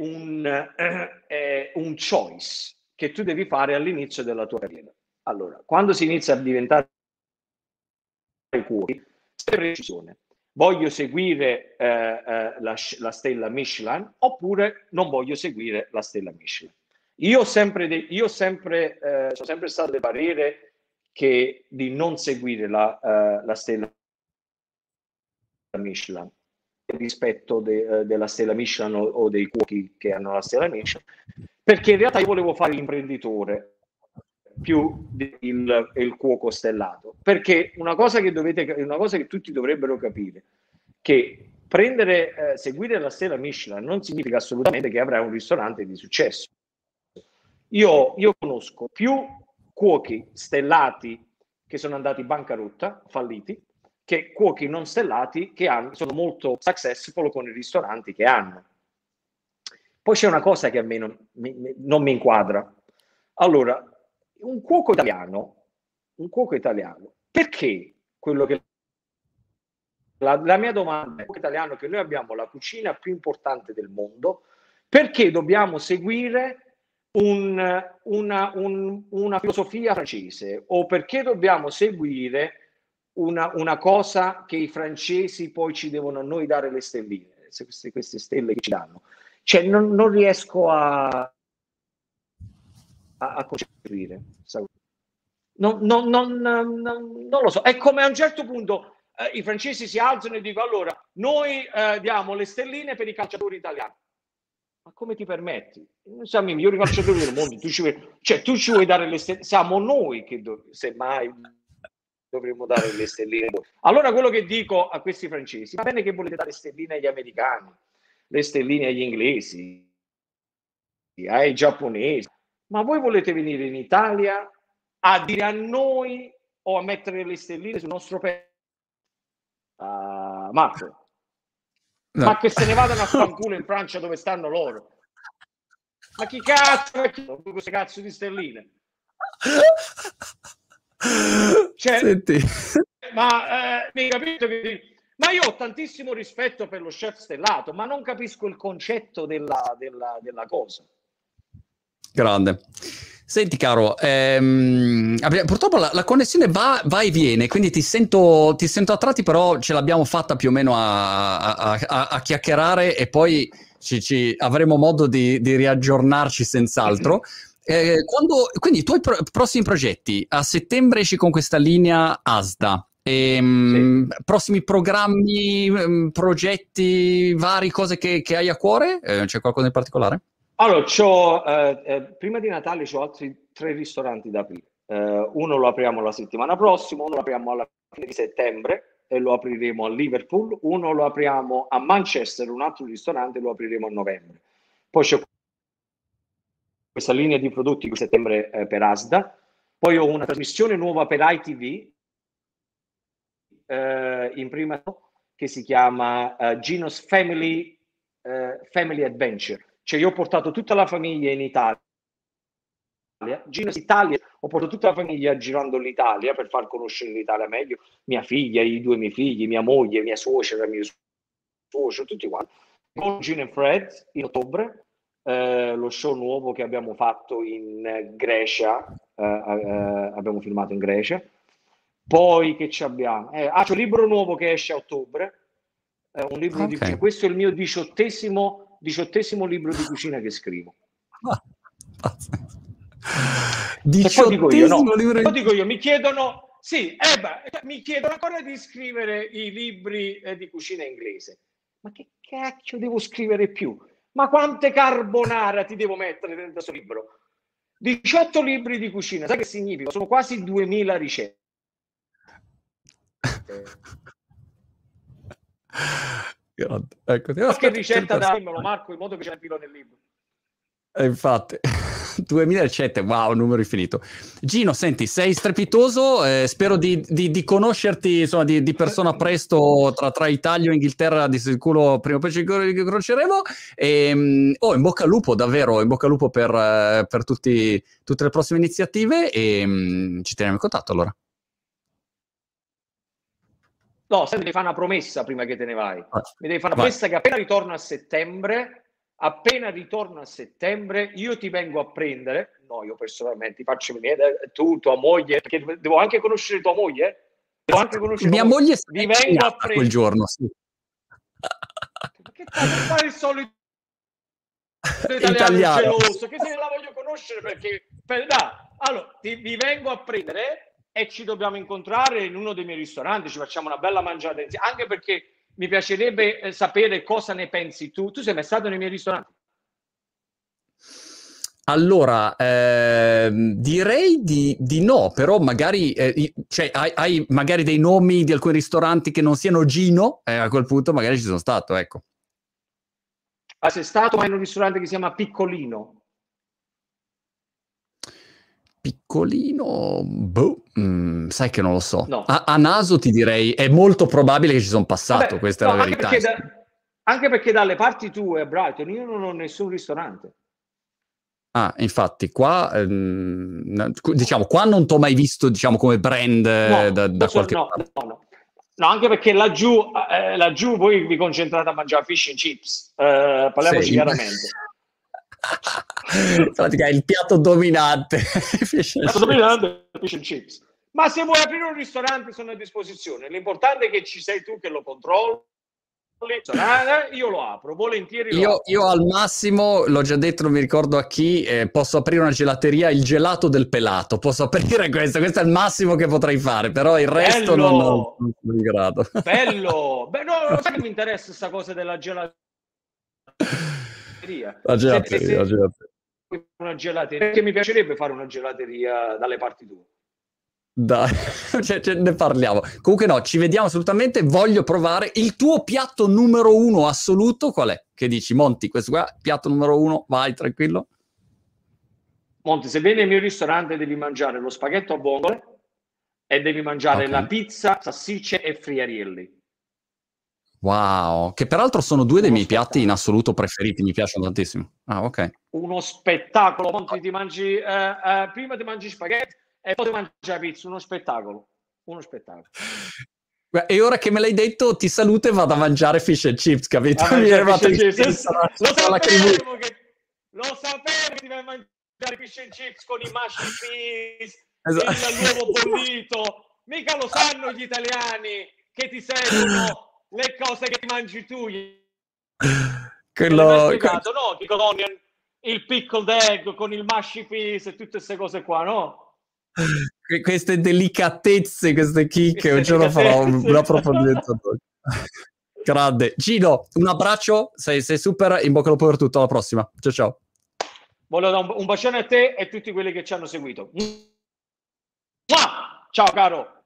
un choice che tu devi fare all'inizio della tua carriera. Allora, quando si inizia a diventare cuochi, c'è precisione. Voglio seguire la stella Michelin oppure non voglio seguire la stella Michelin. Io sono sempre stato del parere che di non seguire la stella Michelin rispetto della stella Michelin o dei cuochi che hanno la stella Michelin, perché in realtà io volevo fare l'imprenditore più il cuoco stellato, perché una cosa che tutti dovrebbero capire, che seguire la stella Michelin non significa assolutamente che avrai un ristorante di successo. Io conosco più cuochi stellati che sono andati bancarotta, falliti, che cuochi non stellati che sono molto successful con i ristoranti che hanno. Poi c'è una cosa che a me non mi inquadra. Allora, un cuoco italiano, perché quello che la mia domanda è: cuoco italiano, che noi abbiamo la cucina più importante del mondo, perché dobbiamo seguire una filosofia francese, o perché dobbiamo seguire una cosa che i francesi poi ci devono a noi dare le stelline, queste stelle che ci danno? Cioè, non riesco a concepire. Non lo so. È come a un certo punto i francesi si alzano e dicono: allora, noi diamo le stelline per i calciatori italiani. Ma come ti permetti? Noi siamo i migliori calciatori del mondo, tu ci vuoi dare le stelline? Siamo noi che semmai dovremmo dare le stelline. Allora quello che dico a questi francesi: va bene che volete dare stelline agli americani, le stelline agli inglesi, ai giapponesi, ma voi volete venire in Italia a dire a noi o a mettere le stelline sul nostro pezzo? Marco, no. Ma che se ne vadano a fanculo in Francia dove stanno loro. Ma chi cazzo è queste cazzo di stelline? Cioè, senti, ma mi capito che... Ma io ho tantissimo rispetto per lo chef stellato, ma non capisco il concetto della cosa. Grande. Senti caro, purtroppo la connessione va e viene, quindi ti sento a tratti, però ce l'abbiamo fatta più o meno a chiacchierare, e poi avremo modo di riaggiornarci senz'altro. Quindi i tuoi prossimi progetti: a settembre esci con questa linea Asda. Sì. Prossimi programmi, progetti, vari, cose che hai a cuore? C'è qualcosa in particolare? Allora, prima di Natale ho altri 3 ristoranti da aprire. Uno lo apriamo la settimana prossima, uno lo apriamo alla fine di settembre e lo apriremo a Liverpool, uno lo apriamo a Manchester, un altro ristorante lo apriremo a novembre. Poi c'è questa linea di prodotti di settembre per Asda. Poi ho una trasmissione nuova per ITV in prima, che si chiama Gino's Family Adventure. Cioè, io ho portato tutta la famiglia in Italia Gino Italia, ho portato tutta la famiglia girando l'Italia per far conoscere l'Italia meglio, mia figlia, i due miei figli, mia moglie, mia suocera, mio suocero, tutti quanti. Con Gino e Fred in ottobre, lo show nuovo che abbiamo fatto in Grecia, abbiamo filmato in Grecia. Poi che ci abbiamo? C'è un libro nuovo che esce a ottobre, un libro di cucina. Questo è il mio 18° libro di cucina che scrivo. Poi dico io, mi chiedono, mi chiedono ancora di scrivere i libri di cucina inglese. Ma che cacchio devo scrivere più? Ma quante carbonara ti devo mettere dentro questo libro? 18 libri di cucina, sai che significa? Sono quasi 2000 ricette. Ecco, qualche ricetta da me lo marco in modo che ce ne filo nel libro. Infatti 2000 ricette, wow, un numero infinito. Gino, senti, sei strepitoso, spero di conoscerti, insomma, di persona presto tra Italia e Inghilterra, di sicuro prima o poi ci conosceremo, e in bocca al lupo, davvero, in bocca al lupo per tutte le prossime iniziative, e ci teniamo in contatto allora. No, se mi devi fare una promessa prima che te ne vai. Mi devi fare una promessa che appena ritorno a settembre, io ti vengo a prendere. No, io personalmente ti faccio venire, tu, tua moglie, perché devo anche conoscere tua moglie. Mia moglie vi vengo a prendere quel giorno, sì. Perché fare il solito italiano geloso? Che se la voglio conoscere perché allora vi vengo a prendere e ci dobbiamo incontrare in uno dei miei ristoranti, ci facciamo una bella mangiata insieme, anche perché mi piacerebbe sapere cosa ne pensi tu. Tu sei mai stato nei miei ristoranti? Allora, direi di no, però magari hai magari dei nomi di alcuni ristoranti che non siano Gino, a quel punto magari ci sono stato, ecco. Sei stato mai in un ristorante che si chiama Piccolino? Piccolino, sai che non lo so. No. A naso ti direi, è molto probabile che ci sono passato, questa è la verità. Anche perché dalle parti tue a Brighton io non ho nessun ristorante. Infatti, qua diciamo, qua non t'ho mai visto, diciamo, come brand da qualche parte. No, anche perché laggiù voi vi concentrate a mangiare fish and chips. Parliamoci chiaramente. Pratica è il piatto dominante. Fish and chips. Ma se vuoi aprire un ristorante sono a disposizione. L'importante è che ci sei tu che lo controlli. Io lo apro volentieri. Io al massimo, l'ho già detto, non mi ricordo a chi, posso aprire una gelateria, il gelato del pelato. Posso aprire questo è il massimo che potrei fare, però il resto non sono in grado. Bello! Beh, no, non sai che mi interessa questa cosa della gelateria. La gelateria. Una gelateria, perché mi piacerebbe fare una gelateria dalle parti tue. Dai, ne parliamo. Comunque no, ci vediamo assolutamente, voglio provare. Il tuo piatto numero 1 assoluto qual è? Che dici, Monti, questo qua, piatto numero 1, vai, tranquillo. Monti, se vieni nel mio ristorante devi mangiare lo spaghetto a vongole e devi mangiare la pizza, salsicce e friarielli. Wow, che peraltro sono due dei miei piatti in assoluto preferiti, mi piacciono tantissimo. Ok. Uno spettacolo, Monti, ti mangi prima ti mangi spaghetti e poi ti mangi la pizza, uno spettacolo. E ora che me l'hai detto, ti saluto e vado a mangiare fish and chips, capito? Lo sapevo che ti vai a mangiare fish and chips con i mashed peas, l'uovo bollito. Mica lo sanno gli italiani che ti seguono le cose che ti mangi tu. Spiegato, no? Il pickled egg con il mashed peas e tutte queste cose qua, no? Queste delicatezze, queste chicche, un giorno farò un approfondimento. Grande. Gino, un abbraccio, sei super, in bocca al lupo per tutto, alla prossima. Ciao. Voglio dare un bacione a te e a tutti quelli che ci hanno seguito. Ciao caro.